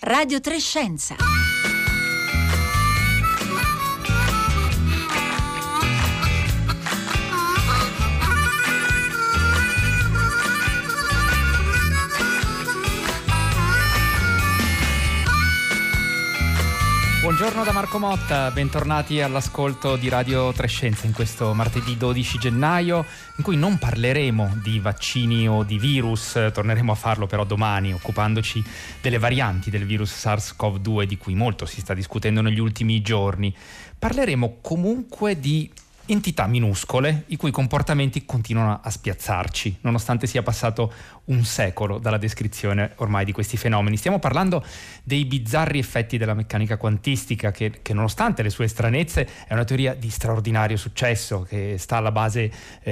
Radio 3 Scienza. Buongiorno da Marco Motta, bentornati all'ascolto di Radio 3 Scienza in questo martedì 12 gennaio in cui non parleremo di vaccini o di virus, torneremo a farlo però domani occupandoci delle varianti del virus SARS-CoV-2 di cui molto si sta discutendo negli ultimi giorni. Parleremo comunque di entità minuscole i cui comportamenti continuano a spiazzarci, nonostante sia passato un secolo dalla descrizione ormai di questi fenomeni. Stiamo parlando dei bizzarri effetti della meccanica quantistica che nonostante le sue stranezze è una teoria di straordinario successo che sta alla base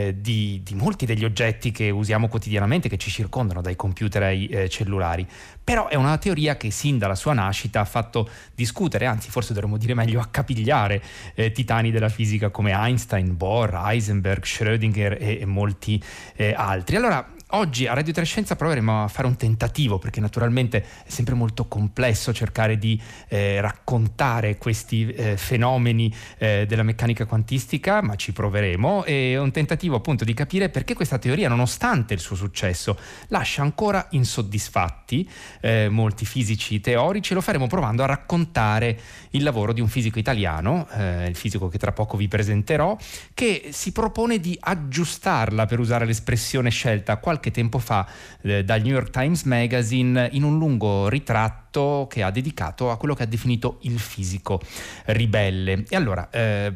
di molti degli oggetti che usiamo quotidianamente, che ci circondano, dai computer ai cellulari. Però è una teoria che sin dalla sua nascita ha fatto discutere, anzi forse dovremmo dire meglio accapigliare titani della fisica come Einstein, Bohr, Heisenberg, Schrödinger e molti altri. Allora oggi a Radio 3 Scienza proveremo a fare un tentativo, perché naturalmente è sempre molto complesso cercare di raccontare questi fenomeni della meccanica quantistica, ma ci proveremo. È un tentativo appunto di capire perché questa teoria, nonostante il suo successo, lascia ancora insoddisfatti molti fisici teorici. Lo faremo provando a raccontare il lavoro di un fisico italiano, il fisico che tra poco vi presenterò, che si propone di aggiustarla, per usare l'espressione scelta qualche tempo fa dal New York Times Magazine, in un lungo ritratto che ha dedicato a quello che ha definito il fisico ribelle. E allora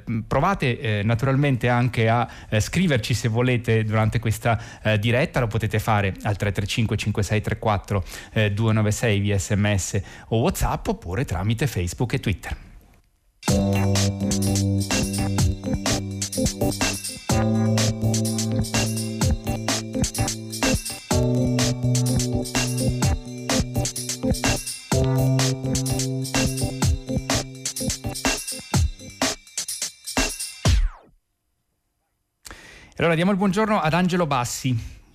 provate naturalmente anche a scriverci se volete durante questa diretta. Lo potete fare al 335 5634 296 via SMS o WhatsApp, oppure tramite Facebook e Twitter. Allora diamo il buongiorno ad Angelo Bassi.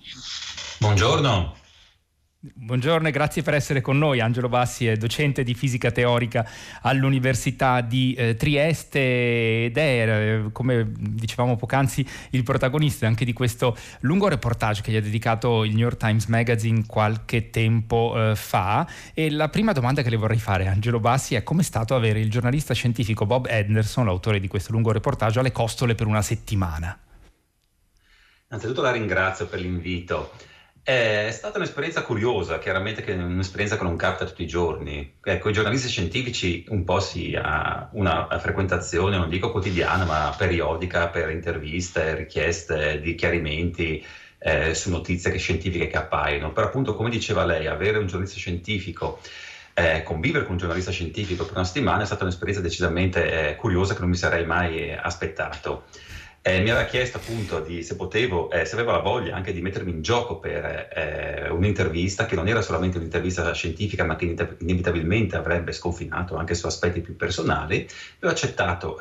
Buongiorno. Buongiorno e grazie per essere con noi. Angelo Bassi è docente di fisica teorica all'Università di Trieste ed è, come dicevamo poc'anzi, il protagonista anche di questo lungo reportage che gli ha dedicato il New York Times Magazine qualche tempo fa. E la prima domanda che le vorrei fare, Angelo Bassi, è: com'è stato avere il giornalista scientifico Bob Anderson, l'autore di questo lungo reportage, alle costole per una settimana? Innanzitutto la ringrazio per l'invito. È stata un'esperienza curiosa, chiaramente, che è un'esperienza che non capita tutti i giorni. Ecco, i giornalisti scientifici un po' si ha una frequentazione, non dico quotidiana, ma periodica, per interviste, richieste di chiarimenti su notizie scientifiche che appaiono. Però appunto, come diceva lei, avere un giornalista scientifico, convivere con un giornalista scientifico per una settimana è stata un'esperienza decisamente curiosa che non mi sarei mai aspettato. Mi aveva chiesto appunto se potevo, se avevo la voglia anche di mettermi in gioco per un'intervista che non era solamente un'intervista scientifica, ma che inevitabilmente avrebbe sconfinato anche su aspetti più personali. E ho accettato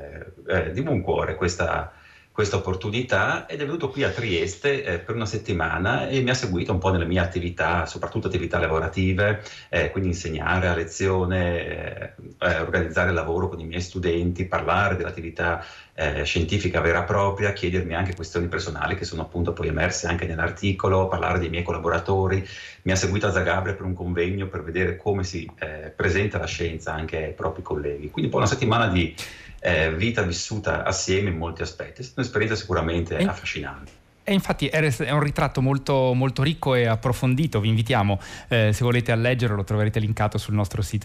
di buon cuore questa opportunità ed è venuto qui a Trieste per una settimana e mi ha seguito un po' nelle mie attività, soprattutto attività lavorative, quindi insegnare a lezione, organizzare il lavoro con i miei studenti, parlare dell'attività scientifica vera e propria, chiedermi anche questioni personali che sono appunto poi emerse anche nell'articolo, parlare dei miei collaboratori. Mi ha seguito a Zagabria per un convegno per vedere come si presenta la scienza anche ai propri colleghi. Quindi poi una settimana di vita vissuta assieme in molti aspetti. È stata un'esperienza sicuramente affascinante. E infatti è un ritratto molto, molto ricco e approfondito. Vi invitiamo, se volete, a leggerlo, lo troverete linkato sul nostro sito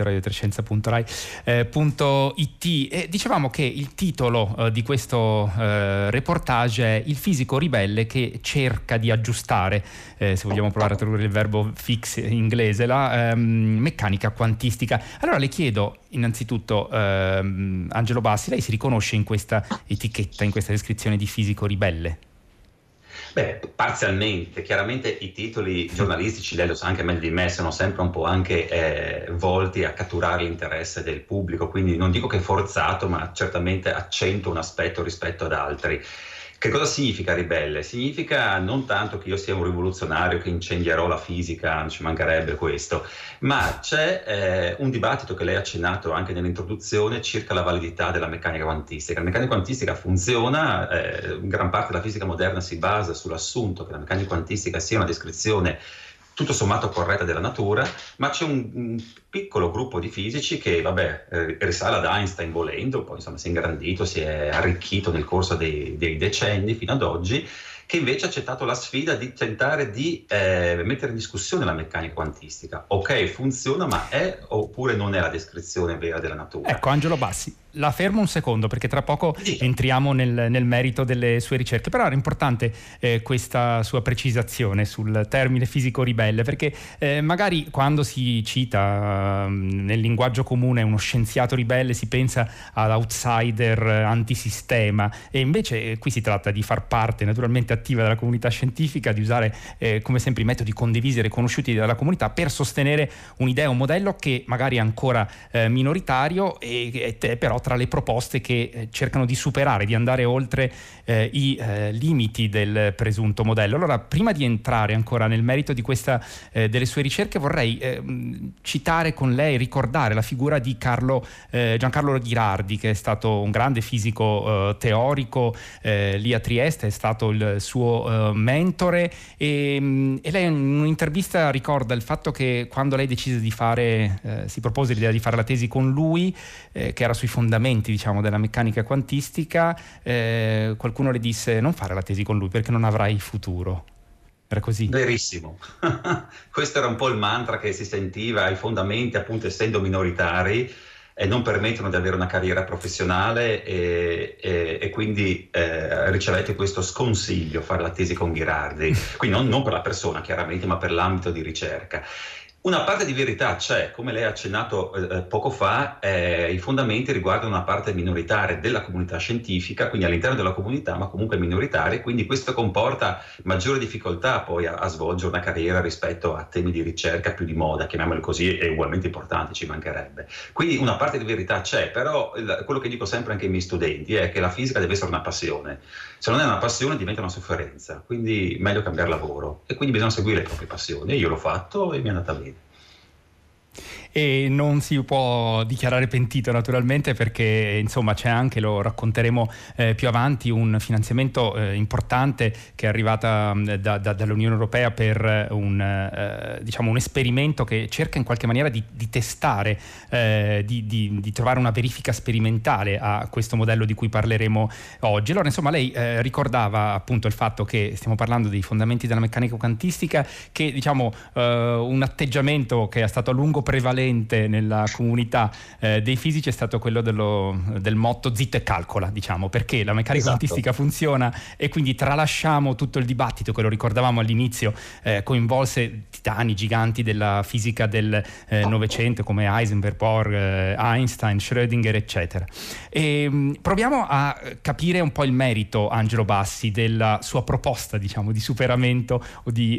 radio3scienza.rai.it. E dicevamo che il titolo di questo reportage è Il fisico ribelle che cerca di aggiustare, se vogliamo provare a tradurre il verbo fix in inglese, la meccanica quantistica. Allora le chiedo innanzitutto, Angelo Bassi, lei si riconosce in questa etichetta, in questa descrizione di fisico ribelle? Beh, parzialmente. Chiaramente i titoli giornalistici, lei lo sa anche meglio di me, sono sempre un po' anche volti a catturare l'interesse del pubblico, quindi non dico che è forzato, ma certamente accentua un aspetto rispetto ad altri. Che cosa significa ribelle? Significa non tanto che io sia un rivoluzionario che incendierò la fisica, non ci mancherebbe questo, ma c'è un dibattito che lei ha accennato anche nell'introduzione circa la validità della meccanica quantistica. La meccanica quantistica funziona, gran parte della fisica moderna si basa sull'assunto che la meccanica quantistica sia una descrizione tutto sommato corretta della natura, ma c'è un piccolo gruppo di fisici che, risale ad Einstein volendo, poi insomma si è ingrandito, si è arricchito nel corso dei decenni fino ad oggi, che invece ha accettato la sfida di tentare di mettere in discussione la meccanica quantistica. Ok, funziona, ma è oppure non è la descrizione vera della natura? Ecco, Angelo Bassi, la fermo un secondo perché tra poco entriamo nel merito delle sue ricerche, però era importante questa sua precisazione sul termine fisico ribelle, perché magari quando si cita nel linguaggio comune uno scienziato ribelle si pensa ad outsider antisistema, e invece qui si tratta di far parte naturalmente attiva della comunità scientifica, di usare come sempre i metodi condivisi e riconosciuti dalla comunità per sostenere un'idea, un modello che magari è ancora minoritario e però tra le proposte che cercano di superare, di andare oltre i limiti del presunto modello. Allora, prima di entrare ancora nel merito di questa delle sue ricerche, vorrei citare con lei, ricordare la figura di Giancarlo Ghirardi, che è stato un grande fisico teorico lì a Trieste, è stato il suo mentore, e lei in un'intervista ricorda il fatto che quando lei decise di si propose l'idea di fare la tesi con lui, che era sui fondamenti, diciamo, della meccanica quantistica, qualcuno le disse: non fare la tesi con lui perché non avrai futuro. Era così? Verissimo. Questo era un po' il mantra che si sentiva: i fondamenti, appunto, essendo minoritari, non permettono di avere una carriera professionale, e quindi ricevette questo sconsiglio, fare la tesi con Ghirardi, quindi non per la persona chiaramente, ma per l'ambito di ricerca. Una parte di verità c'è, come lei ha accennato poco fa, i fondamenti riguardano una parte minoritaria della comunità scientifica, quindi all'interno della comunità, ma comunque minoritaria, quindi questo comporta maggiore difficoltà poi a svolgere una carriera rispetto a temi di ricerca più di moda, chiamiamoli così, e ugualmente importanti, ci mancherebbe. Quindi una parte di verità c'è, però quello che dico sempre anche ai miei studenti è che la fisica deve essere una passione. Se non è una passione diventa una sofferenza, quindi meglio cambiare lavoro, e quindi bisogna seguire le proprie passioni. Io l'ho fatto e mi è andata bene. E non si può dichiarare pentito naturalmente, perché insomma c'è anche, lo racconteremo più avanti, un finanziamento importante che è arrivata dall'Unione Europea per un esperimento che cerca in qualche maniera di testare, di trovare una verifica sperimentale a questo modello di cui parleremo oggi. Allora, insomma, lei ricordava appunto il fatto che stiamo parlando dei fondamenti della meccanica quantistica, che un atteggiamento che è stato a lungo prevalente nella comunità dei fisici è stato quello del motto zitto e calcola, perché la meccanica quantistica funziona, e quindi tralasciamo tutto il dibattito che, lo ricordavamo all'inizio, coinvolse titani giganti della fisica del Novecento come Heisenberg, Bohr, Einstein, Schrödinger, eccetera. E proviamo a capire un po' il merito, Angelo Bassi, della sua proposta, di superamento o di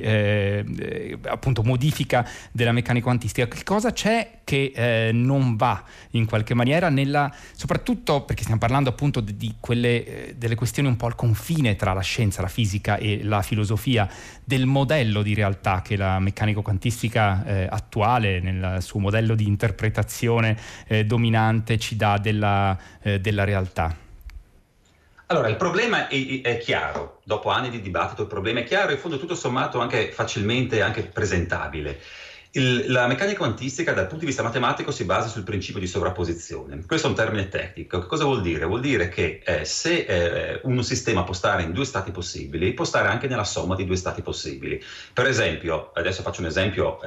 appunto modifica della meccanica quantistica. Che cosa c'è che non va in qualche maniera soprattutto perché stiamo parlando appunto di quelle delle questioni un po' al confine tra la scienza, la fisica e la filosofia, del modello di realtà che la meccanica quantistica attuale, nel suo modello di interpretazione dominante, ci dà della realtà? Allora, il problema è chiaro, dopo anni di dibattito il problema è chiaro, e in fondo tutto sommato anche facilmente anche presentabile. La meccanica quantistica dal punto di vista matematico si basa sul principio di sovrapposizione. Questo è un termine tecnico. Che cosa vuol dire? Vuol dire che se un sistema può stare in due stati possibili, può stare anche nella somma di due stati possibili. Per esempio, adesso faccio un esempio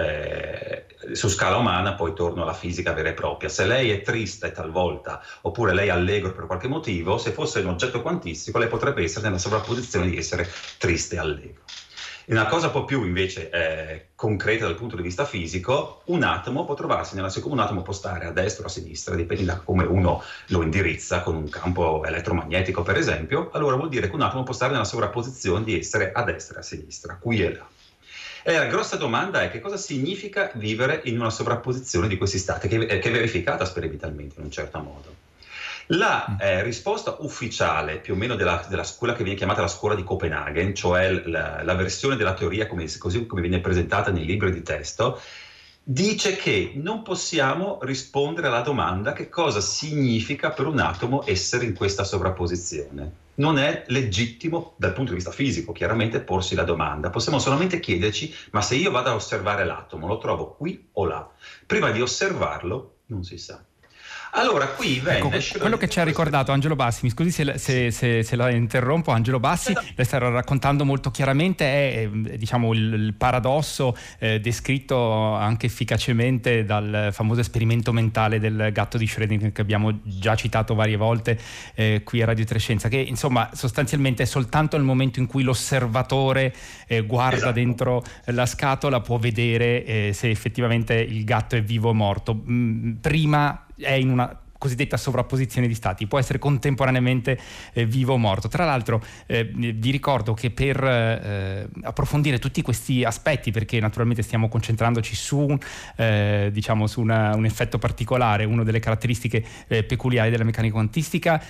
su scala umana, poi torno alla fisica vera e propria. Se lei è triste talvolta, oppure lei è allegro per qualche motivo, se fosse un oggetto quantistico, lei potrebbe essere nella sovrapposizione di essere triste e allegro. Una cosa un po' più invece concreta dal punto di vista fisico, un atomo può trovarsi un atomo può stare a destra o a sinistra, dipende da come uno lo indirizza, con un campo elettromagnetico per esempio. Allora vuol dire che un atomo può stare nella sovrapposizione di essere a destra e a sinistra, qui e là. E la grossa domanda è: che cosa significa vivere in una sovrapposizione di questi stati, che è verificata sperimentalmente in un certo modo. La risposta ufficiale, più o meno della quella che viene chiamata la scuola di Copenaghen, cioè la versione della teoria così come viene presentata nei libri di testo, dice che non possiamo rispondere alla domanda che cosa significa per un atomo essere in questa sovrapposizione. Non è legittimo dal punto di vista fisico, chiaramente, porsi la domanda. Possiamo solamente chiederci, ma se io vado a osservare l'atomo, lo trovo qui o là? Prima di osservarlo, non si sa. Allora, qui venne... Ecco, quello che ci ha ricordato Angelo Bassi, mi scusi se la interrompo, Angelo Bassi, le starà raccontando molto chiaramente, è diciamo il paradosso descritto anche efficacemente dal famoso esperimento mentale del gatto di Schrödinger che abbiamo già citato varie volte qui a Radio Trescenza, che insomma sostanzialmente è soltanto nel momento in cui l'osservatore guarda dentro la scatola può vedere se effettivamente il gatto è vivo o morto. Prima è in una cosiddetta sovrapposizione di stati, può essere contemporaneamente vivo o morto. Tra l'altro vi ricordo che per approfondire tutti questi aspetti, perché naturalmente stiamo concentrandoci su diciamo su un effetto particolare, una delle caratteristiche peculiari della meccanica quantistica,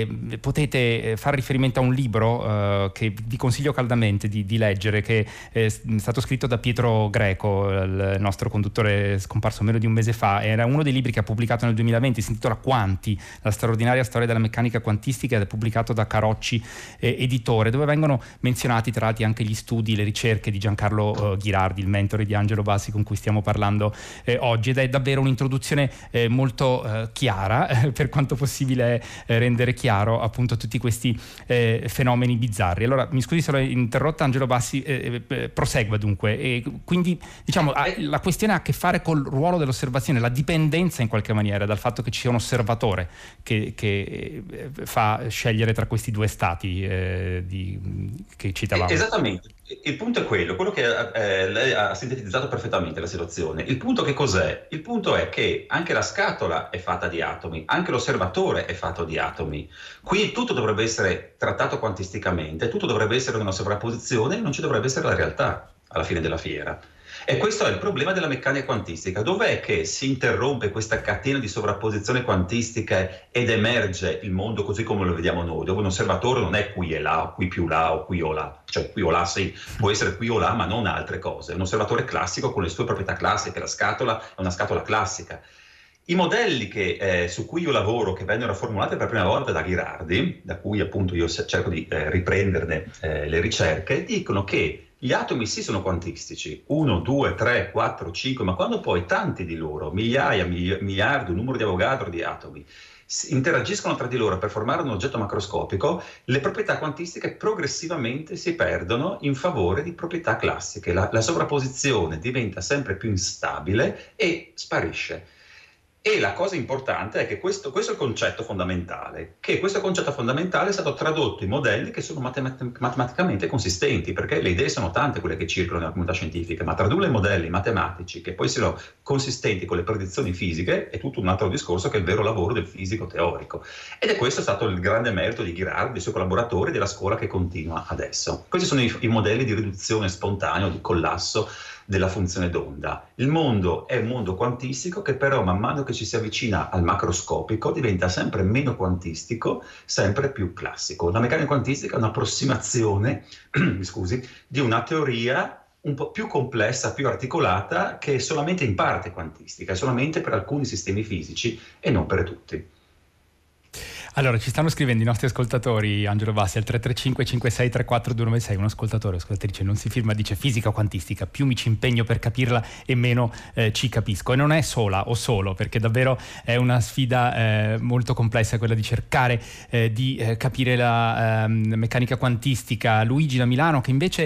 potete fare riferimento a un libro che vi consiglio caldamente di leggere, che è stato scritto da Pietro Greco, il nostro conduttore scomparso meno di un mese fa. Era uno dei libri che ha pubblicato nel 2020, si intitola Quanti, la straordinaria storia della meccanica quantistica, ed è pubblicato da Carocci editore, dove vengono menzionati tra l'altro anche gli studi, le ricerche di Giancarlo Ghirardi, il mentore di Angelo Bassi con cui stiamo parlando oggi, ed è davvero un'introduzione molto chiara, per quanto possibile rendere chiaro appunto tutti questi fenomeni bizzarri. Allora mi scusi se l'ho interrotta, Angelo Bassi, prosegua dunque. E quindi diciamo la questione ha a che fare col ruolo dell'osservazione, la dipendenza in qualche maniera dal fatto che ci sia un osservatore che fa scegliere tra questi due stati che citavamo. Esattamente, il punto è quello che lei ha sintetizzato perfettamente la situazione. Il punto che cos'è? Il punto è che anche la scatola è fatta di atomi, anche l'osservatore è fatto di atomi. Qui tutto dovrebbe essere trattato quantisticamente, tutto dovrebbe essere una sovrapposizione e non ci dovrebbe essere la realtà alla fine della fiera. E questo è il problema della meccanica quantistica. Dov'è che si interrompe questa catena di sovrapposizione quantistica ed emerge il mondo così come lo vediamo noi, dove un osservatore non è qui e là, o qui più là, o qui o là. Cioè qui o là sì, può essere qui o là, ma non altre cose. Un osservatore classico con le sue proprietà classiche, la scatola è una scatola classica. I modelli su cui io lavoro, che vennero formulati per la prima volta da Ghirardi, da cui appunto io cerco di riprenderne le ricerche, dicono che gli atomi sì sono quantistici, 1, 2, 3, 4, 5, ma quando poi tanti di loro, migliaia, miliardi, un numero di Avogadro di atomi, interagiscono tra di loro per formare un oggetto macroscopico, le proprietà quantistiche progressivamente si perdono in favore di proprietà classiche. La sovrapposizione diventa sempre più instabile e sparisce. E la cosa importante è che questo è il concetto fondamentale, che questo concetto fondamentale è stato tradotto in modelli che sono matematicamente consistenti, perché le idee sono tante quelle che circolano nella comunità scientifica, ma tradurle in modelli matematici che poi siano consistenti con le predizioni fisiche è tutto un altro discorso, che è il vero lavoro del fisico teorico. Ed è questo stato il grande merito di Ghirardi, dei suoi collaboratori, della scuola che continua adesso. Questi sono i modelli di riduzione spontanea o di collasso della funzione d'onda. Il mondo è un mondo quantistico che però man mano che ci si avvicina al macroscopico diventa sempre meno quantistico, sempre più classico. La meccanica quantistica è un'approssimazione di una teoria un po' più complessa, più articolata, che è solamente in parte quantistica, è solamente per alcuni sistemi fisici e non per tutti. Allora, ci stanno scrivendo i nostri ascoltatori, Angelo Bassi, al 335 56 34 296, un ascoltatore o ascoltatrice non si firma, dice: fisica quantistica, più mi ci impegno per capirla e meno ci capisco. E non è sola o solo, perché davvero è una sfida molto complessa quella di cercare di capire la meccanica quantistica. Luigi da Milano, che invece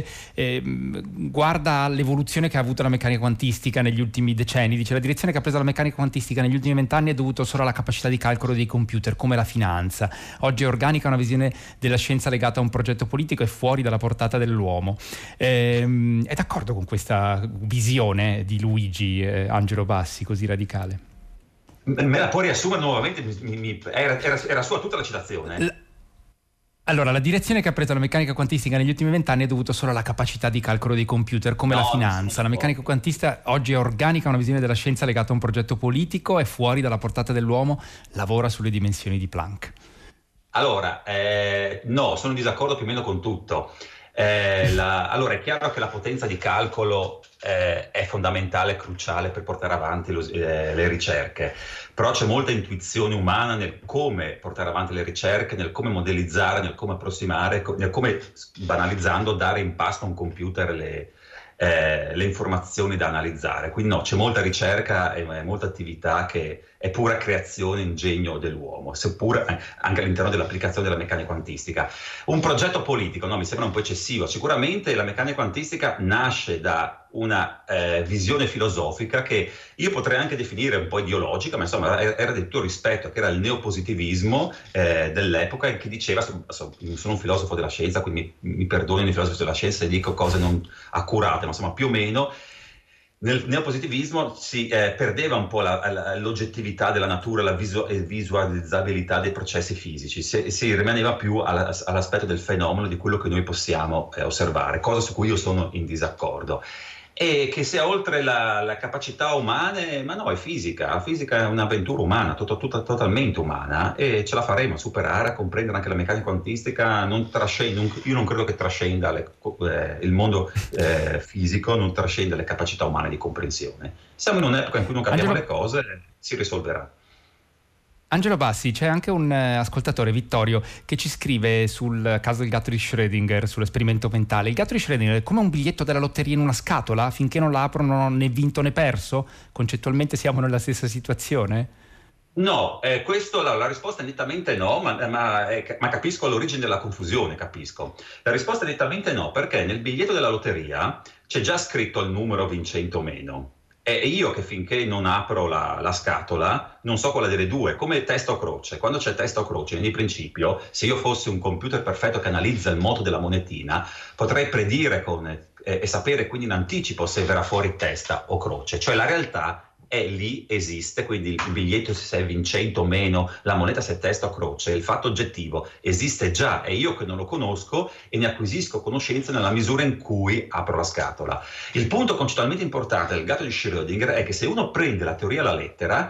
guarda l'evoluzione che ha avuto la meccanica quantistica negli ultimi decenni, dice: la direzione che ha preso la meccanica quantistica negli ultimi 20 anni è dovuto solo alla capacità di calcolo dei computer, come la finanza. Oggi è organica una visione della scienza legata a un progetto politico e fuori dalla portata dell'uomo. È d'accordo con questa visione di Luigi, Angelo Bassi, così radicale? Me la può riassumere nuovamente? Era sua tutta la citazione? Allora, la direzione che ha preso la meccanica quantistica negli ultimi 20 anni è dovuta solo alla capacità di calcolo dei computer, come la finanza. La meccanica quantistica oggi è organica, una visione della scienza legata a un progetto politico, è fuori dalla portata dell'uomo, lavora sulle dimensioni di Planck. Allora, no, sono in disaccordo più o meno con tutto. Allora, è chiaro che la potenza di calcolo è fondamentale, cruciale per portare avanti le ricerche, però c'è molta intuizione umana nel come portare avanti le ricerche, nel come modellizzare, nel come approssimare, nel come, banalizzando, dare in pasto a un computer le informazioni da analizzare. Quindi no, c'è molta ricerca e molta attività che è pura creazione, ingegno dell'uomo, seppur anche all'interno dell'applicazione della meccanica quantistica. Un progetto politico, no, mi sembra un po' eccessivo. Sicuramente la meccanica quantistica nasce da una visione filosofica che io potrei anche definire un po' ideologica, ma insomma era del tutto rispetto, che era il neopositivismo dell'epoca, che diceva, sono un filosofo della scienza, quindi mi perdonino i filosofi della scienza se dico cose non accurate, ma insomma più o meno nel neopositivismo si perdeva un po' l'oggettività della natura, la visualizzabilità dei processi fisici, si rimaneva più all'aspetto del fenomeno, di quello che noi possiamo osservare, cosa su cui io sono in disaccordo. E che sia oltre la capacità umane, ma no, è fisica. La fisica è un'avventura umana, totalmente umana, e ce la faremo a superare, a comprendere anche la meccanica quantistica. Io non credo che trascenda il mondo fisico, non trascenda le capacità umane di comprensione. Siamo in un'epoca in cui non capiamo le cose, si risolverà. Angelo Bassi, c'è anche un ascoltatore, Vittorio, che ci scrive sul caso del gatto di Schrödinger, sull'esperimento mentale. Il gatto di Schrödinger è come un biglietto della lotteria in una scatola, finché non la apro non ho né vinto né perso? Concettualmente siamo nella stessa situazione? No, la risposta è nettamente no, ma capisco l'origine della confusione, capisco. La risposta è nettamente no, perché nel biglietto della lotteria c'è già scritto il numero vincente o meno. E io che finché non apro la scatola non so quale delle due, come testa o croce. Quando c'è testa o croce, di principio, se io fossi un computer perfetto che analizza il moto della monetina, potrei predire e sapere quindi in anticipo se verrà fuori testa o croce. Cioè la realtà è lì, esiste, quindi il biglietto se è vincente o meno, la moneta se è testa o croce, il fatto oggettivo esiste già, e io che non lo conosco e ne acquisisco conoscenza nella misura in cui apro la scatola. Il punto concettualmente importante del gatto di Schrödinger è che se uno prende la teoria alla lettera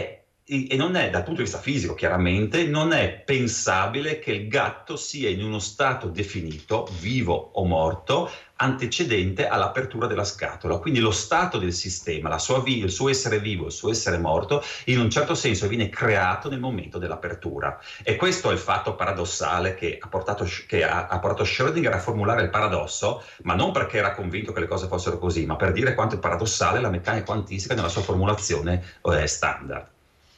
e non è, dal punto di vista fisico chiaramente, non è pensabile che il gatto sia in uno stato definito, vivo o morto, antecedente all'apertura della scatola. Quindi lo stato del sistema, il suo essere vivo, il suo essere morto, in un certo senso viene creato nel momento dell'apertura. E questo è il fatto paradossale che ha portato Schrödinger a formulare il paradosso, ma non perché era convinto che le cose fossero così, ma per dire quanto è paradossale la meccanica quantistica nella sua formulazione standard.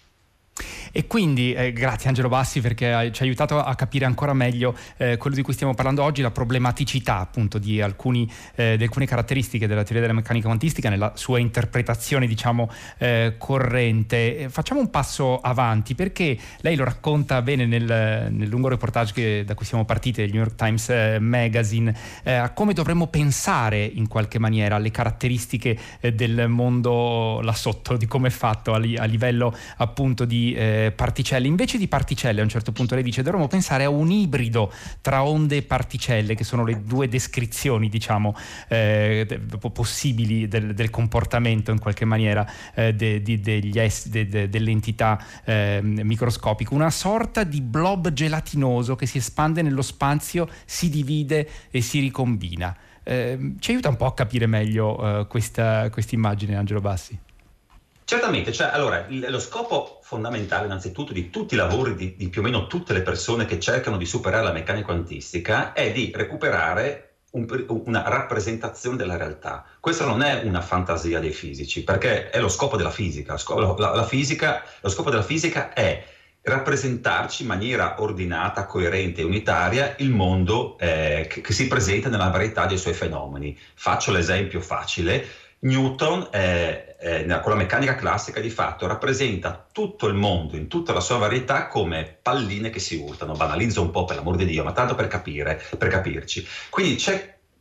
E quindi grazie Angelo Bassi, perché ci ha aiutato a capire ancora meglio quello di cui stiamo parlando oggi, la problematicità appunto di alcune caratteristiche della teoria della meccanica quantistica nella sua interpretazione, diciamo, corrente. Facciamo un passo avanti, perché lei lo racconta bene nel lungo reportage da cui siamo partiti, del New York Times Magazine, a come dovremmo pensare in qualche maniera alle caratteristiche del mondo là sotto, di come è fatto a livello appunto di particelle. Invece di particelle, a un certo punto lei dice, dovremmo pensare a un ibrido tra onde e particelle, che sono le due descrizioni, diciamo, possibili del comportamento in qualche maniera delle entità microscopiche. Una sorta di blob gelatinoso che si espande nello spazio, si divide e si ricombina. Ci aiuta un po' a capire meglio questa immagine, Angelo Bassi? Certamente, cioè, allora, lo scopo fondamentale innanzitutto di tutti i lavori di più o meno tutte le persone che cercano di superare la meccanica quantistica è di recuperare una rappresentazione della realtà. Questa non è una fantasia dei fisici, perché è lo scopo della fisica. Lo scopo della fisica è rappresentarci in maniera ordinata, coerente e unitaria il mondo che si presenta nella varietà dei suoi fenomeni. Faccio l'esempio facile. Newton con la meccanica classica di fatto rappresenta tutto il mondo in tutta la sua varietà come palline che si urtano. Banalizzo un po', per l'amor di Dio, ma tanto per capirci. Quindi c'è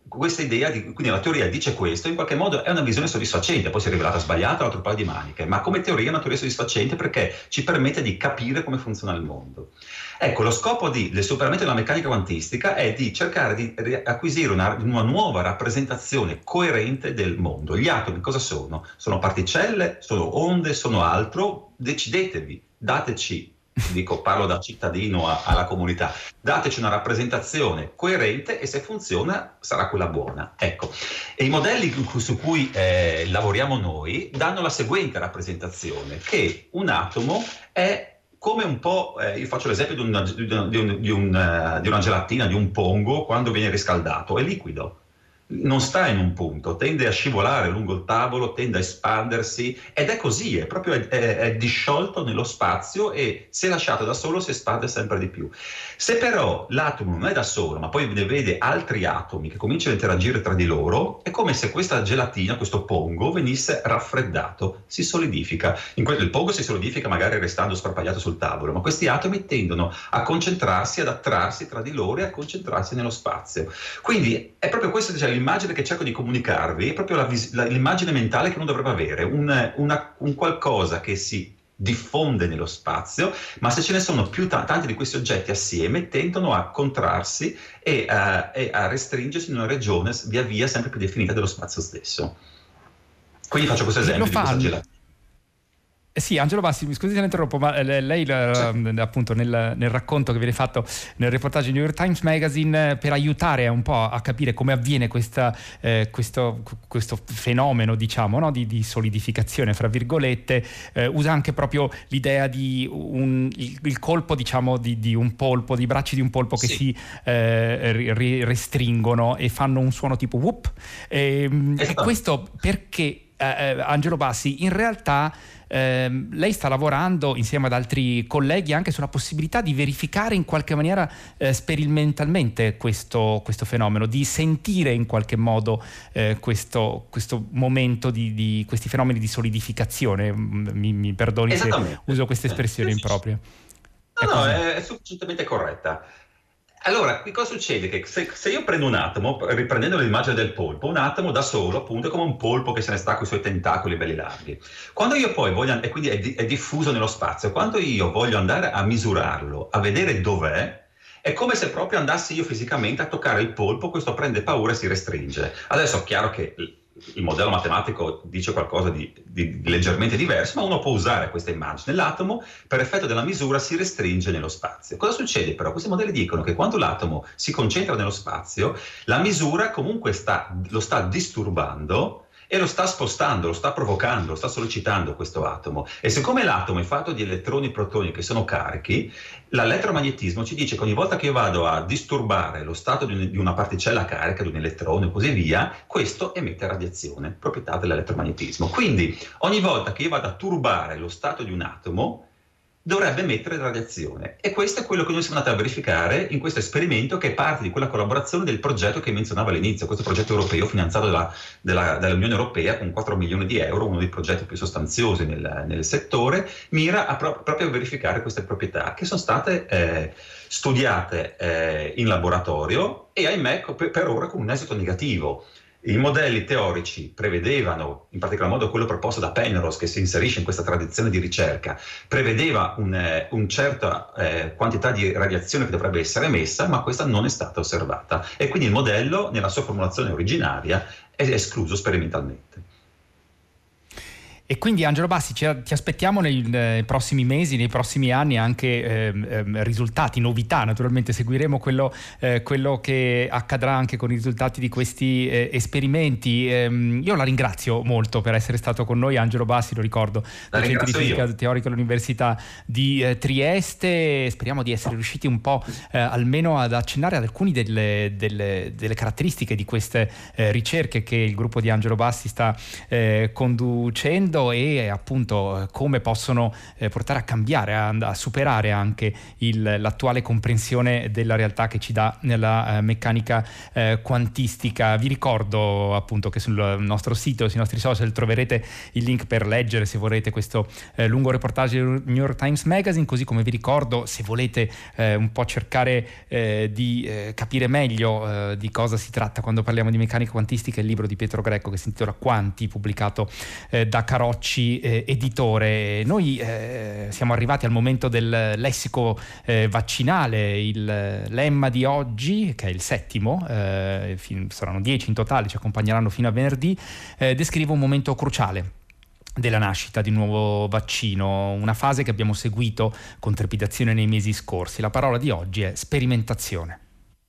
questa idea, quindi la teoria dice questo, in qualche modo è una visione soddisfacente, poi si è rivelata sbagliata, l'altro paio di maniche, ma come teoria è una teoria soddisfacente perché ci permette di capire come funziona il mondo. Ecco, lo scopo del superamento della meccanica quantistica è di cercare di acquisire una nuova rappresentazione coerente del mondo. Gli atomi cosa sono? Sono particelle, sono onde, sono altro? Decidetevi, dateci, dico, parlo da cittadino alla comunità, dateci una rappresentazione coerente e se funziona sarà quella buona. Ecco, e i modelli su cui lavoriamo noi danno la seguente rappresentazione, che un atomo è come un po', io faccio l'esempio di una gelatina, di un pongo, quando viene riscaldato, è liquido. Non sta in un punto, tende a scivolare lungo il tavolo, tende a espandersi ed è così, è disciolto nello spazio e se lasciato da solo si espande sempre di più. Se però l'atomo non è da solo, ma poi ne vede altri atomi che cominciano a interagire tra di loro, è come se questa gelatina, questo pongo, venisse raffreddato, si solidifica. Il pongo si solidifica magari restando sparpagliato sul tavolo, ma questi atomi tendono a concentrarsi, ad attrarsi tra di loro e a concentrarsi nello spazio. Quindi è proprio questa, cioè, l'immagine che cerco di comunicarvi, è proprio l'immagine mentale che uno dovrebbe avere, un qualcosa che si diffonde nello spazio, ma se ce ne sono più tanti di questi oggetti assieme tendono a contrarsi e a restringersi in una regione via via sempre più definita dello spazio stesso. Quindi faccio questo esempio di questa gelatina. Sì, Angelo Bassi, mi scusi se la interrompo, ma lei appunto nel racconto che viene fatto nel reportage New York Times Magazine, per aiutare un po' a capire come avviene questo fenomeno, diciamo, no? di solidificazione, fra virgolette, usa anche proprio l'idea di il colpo, diciamo, di un polpo, di bracci di un polpo che si restringono e fanno un suono tipo whoop. E questo perché, Angelo Bassi, in realtà lei sta lavorando insieme ad altri colleghi anche sulla possibilità di verificare in qualche maniera sperimentalmente questo fenomeno, di sentire in qualche modo questo momento di questi fenomeni di solidificazione. Mi perdoni se uso questa espressione impropria. No, è sufficientemente corretta. Allora, qui cosa succede? Che se io prendo un atomo, riprendendo l'immagine del polpo, un atomo da solo, appunto, è come un polpo che se ne sta con i suoi tentacoli belli larghi. Quando io poi voglio, e quindi è diffuso nello spazio, quando io voglio andare a misurarlo, a vedere dov'è, è come se proprio andassi io fisicamente a toccare il polpo, questo prende paura e si restringe. Adesso è chiaro che il modello matematico dice qualcosa di leggermente diverso, ma uno può usare questa immagine. L'atomo, per effetto della misura, si restringe nello spazio. Cosa succede però? Questi modelli dicono che quando l'atomo si concentra nello spazio, la misura comunque lo sta disturbando e lo sta spostando, lo sta provocando, lo sta sollecitando questo atomo. E siccome l'atomo è fatto di elettroni e protoni che sono carichi, l'elettromagnetismo ci dice che ogni volta che io vado a disturbare lo stato di una particella carica, di un elettrone e così via, questo emette radiazione, proprietà dell'elettromagnetismo. Quindi ogni volta che io vado a turbare lo stato di un atomo, dovrebbe emettere radiazione. E questo è quello che noi siamo andati a verificare in questo esperimento, che è parte di quella collaborazione del progetto che menzionavo all'inizio, questo progetto europeo finanziato dall'Unione Europea con 4 milioni di euro, uno dei progetti più sostanziosi nel settore, mira proprio a verificare queste proprietà che sono state studiate in laboratorio e ahimè per ora con un esito negativo. I modelli teorici prevedevano, in particolar modo quello proposto da Penrose, che si inserisce in questa tradizione di ricerca, prevedeva una certa quantità di radiazione che dovrebbe essere emessa, ma questa non è stata osservata. E quindi il modello, nella sua formulazione originaria, è escluso sperimentalmente. E quindi, Angelo Bassi, ti aspettiamo nei prossimi mesi, nei prossimi anni anche risultati, novità. Naturalmente seguiremo quello che accadrà anche con i risultati di questi esperimenti. Io la ringrazio molto per essere stato con noi, Angelo Bassi, lo ricordo, docente di fisica teorica all'Università di Trieste. Speriamo di essere riusciti un po' almeno ad accennare ad alcune delle caratteristiche di queste ricerche che il gruppo di Angelo Bassi sta conducendo. mondo e appunto come possono portare a cambiare, a superare anche l'attuale comprensione della realtà che ci dà nella meccanica quantistica. Vi ricordo appunto che sul nostro sito, sui nostri social, troverete il link per leggere, se vorrete, questo lungo reportage del New York Times Magazine, così come vi ricordo, se volete un po' cercare di capire meglio di cosa si tratta quando parliamo di meccanica quantistica, il libro di Pietro Greco che si intitola Quanti, pubblicato da Carocci editore. Noi siamo arrivati al momento del lessico vaccinale. Il lemma di oggi, che è il 7º, saranno 10 in totale, ci accompagneranno fino a venerdì, descrive un momento cruciale della nascita di un nuovo vaccino, una fase che abbiamo seguito con trepidazione nei mesi scorsi. La parola di oggi è sperimentazione.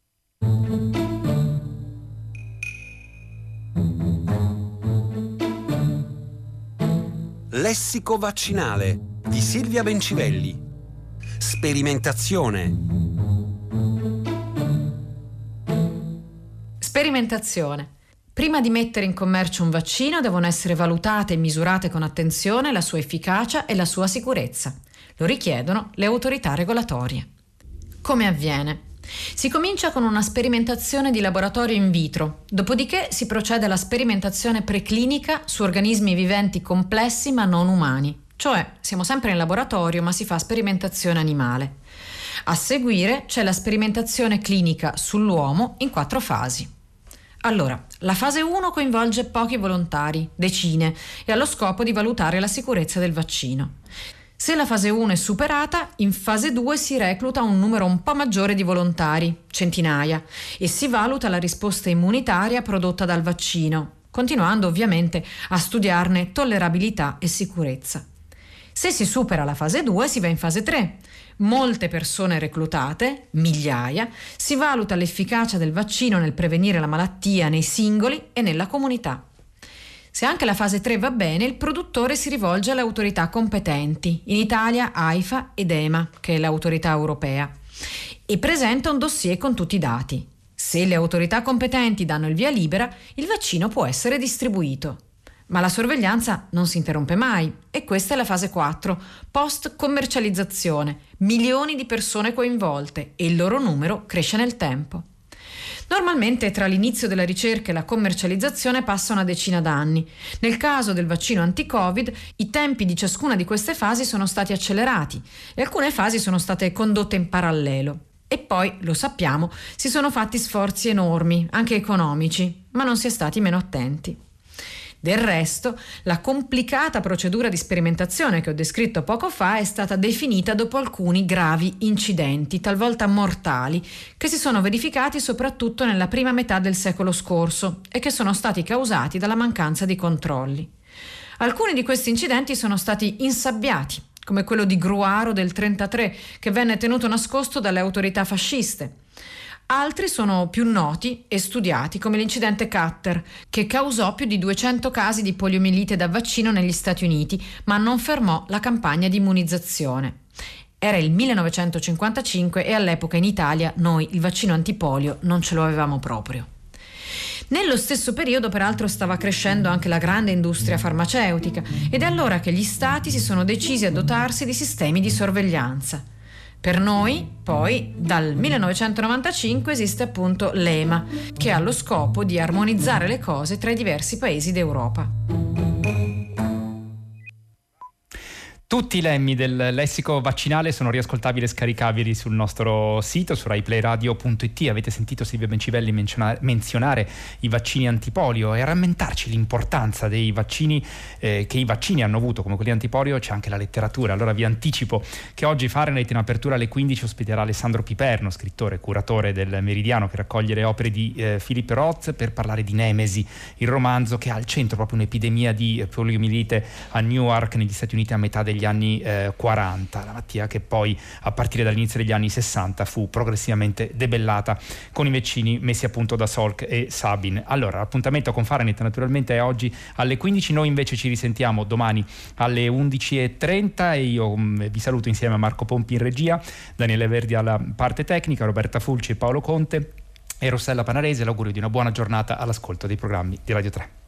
Lessico vaccinale di Silvia Bencivelli. Sperimentazione. Sperimentazione. Prima di mettere in commercio un vaccino devono essere valutate e misurate con attenzione la sua efficacia e la sua sicurezza. Lo richiedono le autorità regolatorie. Come avviene? Si comincia con una sperimentazione di laboratorio in vitro, dopodiché si procede alla sperimentazione preclinica su organismi viventi complessi ma non umani, cioè siamo sempre in laboratorio ma si fa sperimentazione animale. A seguire c'è la sperimentazione clinica sull'uomo in 4 fasi. Allora, la fase 1 coinvolge pochi volontari, decine, e ha lo scopo di valutare la sicurezza del vaccino. Se la fase 1 è superata, in fase 2 si recluta un numero un po' maggiore di volontari, centinaia, e si valuta la risposta immunitaria prodotta dal vaccino, continuando ovviamente a studiarne tollerabilità e sicurezza. Se si supera la fase 2 si va in fase 3. Molte persone reclutate, migliaia, si valuta l'efficacia del vaccino nel prevenire la malattia nei singoli e nella comunità. Se anche la fase 3 va bene, il produttore si rivolge alle autorità competenti, in Italia AIFA ed EMA, che è l'autorità europea, e presenta un dossier con tutti i dati. Se le autorità competenti danno il via libera, il vaccino può essere distribuito. Ma la sorveglianza non si interrompe mai e questa è la fase 4, post-commercializzazione, milioni di persone coinvolte e il loro numero cresce nel tempo. Normalmente tra l'inizio della ricerca e la commercializzazione passa una decina d'anni. Nel caso del vaccino anti-Covid, i tempi di ciascuna di queste fasi sono stati accelerati e alcune fasi sono state condotte in parallelo. E poi, lo sappiamo, si sono fatti sforzi enormi, anche economici, ma non si è stati meno attenti. Del resto, la complicata procedura di sperimentazione che ho descritto poco fa è stata definita dopo alcuni gravi incidenti, talvolta mortali, che si sono verificati soprattutto nella prima metà del secolo scorso e che sono stati causati dalla mancanza di controlli. Alcuni di questi incidenti sono stati insabbiati, come quello di Gruaro del 1933, che venne tenuto nascosto dalle autorità fasciste. Altri sono più noti e studiati, come l'incidente Cutter, che causò più di 200 casi di poliomielite da vaccino negli Stati Uniti, ma non fermò la campagna di immunizzazione. Era il 1955 e all'epoca in Italia noi il vaccino antipolio non ce lo avevamo proprio. Nello stesso periodo, peraltro, stava crescendo anche la grande industria farmaceutica ed è allora che gli Stati si sono decisi a dotarsi di sistemi di sorveglianza. Per noi, poi, dal 1995 esiste appunto l'EMA, che ha lo scopo di armonizzare le cose tra i diversi paesi d'Europa. Tutti i lemmi del lessico vaccinale sono riascoltabili e scaricabili sul nostro sito, su raiplayradio.it. Avete sentito Silvia Bencivelli menzionare i vaccini antipolio e rammentarci l'importanza dei vaccini che i vaccini hanno avuto, come quelli antipolio. C'è anche la letteratura. Allora vi anticipo che oggi Fahrenheit in apertura alle 15 ospiterà Alessandro Piperno, scrittore e curatore del Meridiano, che raccoglie le opere di Philip Roth per parlare di Nemesi, il romanzo che ha al centro proprio un'epidemia di poliomielite a Newark negli Stati Uniti a metà degli anni 40, la malattia che poi a partire dall'inizio degli anni 60 fu progressivamente debellata con i vaccini messi a punto da Salk e Sabin. Allora, l'appuntamento con Fahrenheit naturalmente è oggi alle 15, noi invece ci risentiamo domani alle 11:30 e io vi saluto insieme a Marco Pompi in regia, Daniele Verdi alla parte tecnica, Roberta Fulci e Paolo Conte e Rossella Panarese. L'augurio di una buona giornata all'ascolto dei programmi di Radio 3.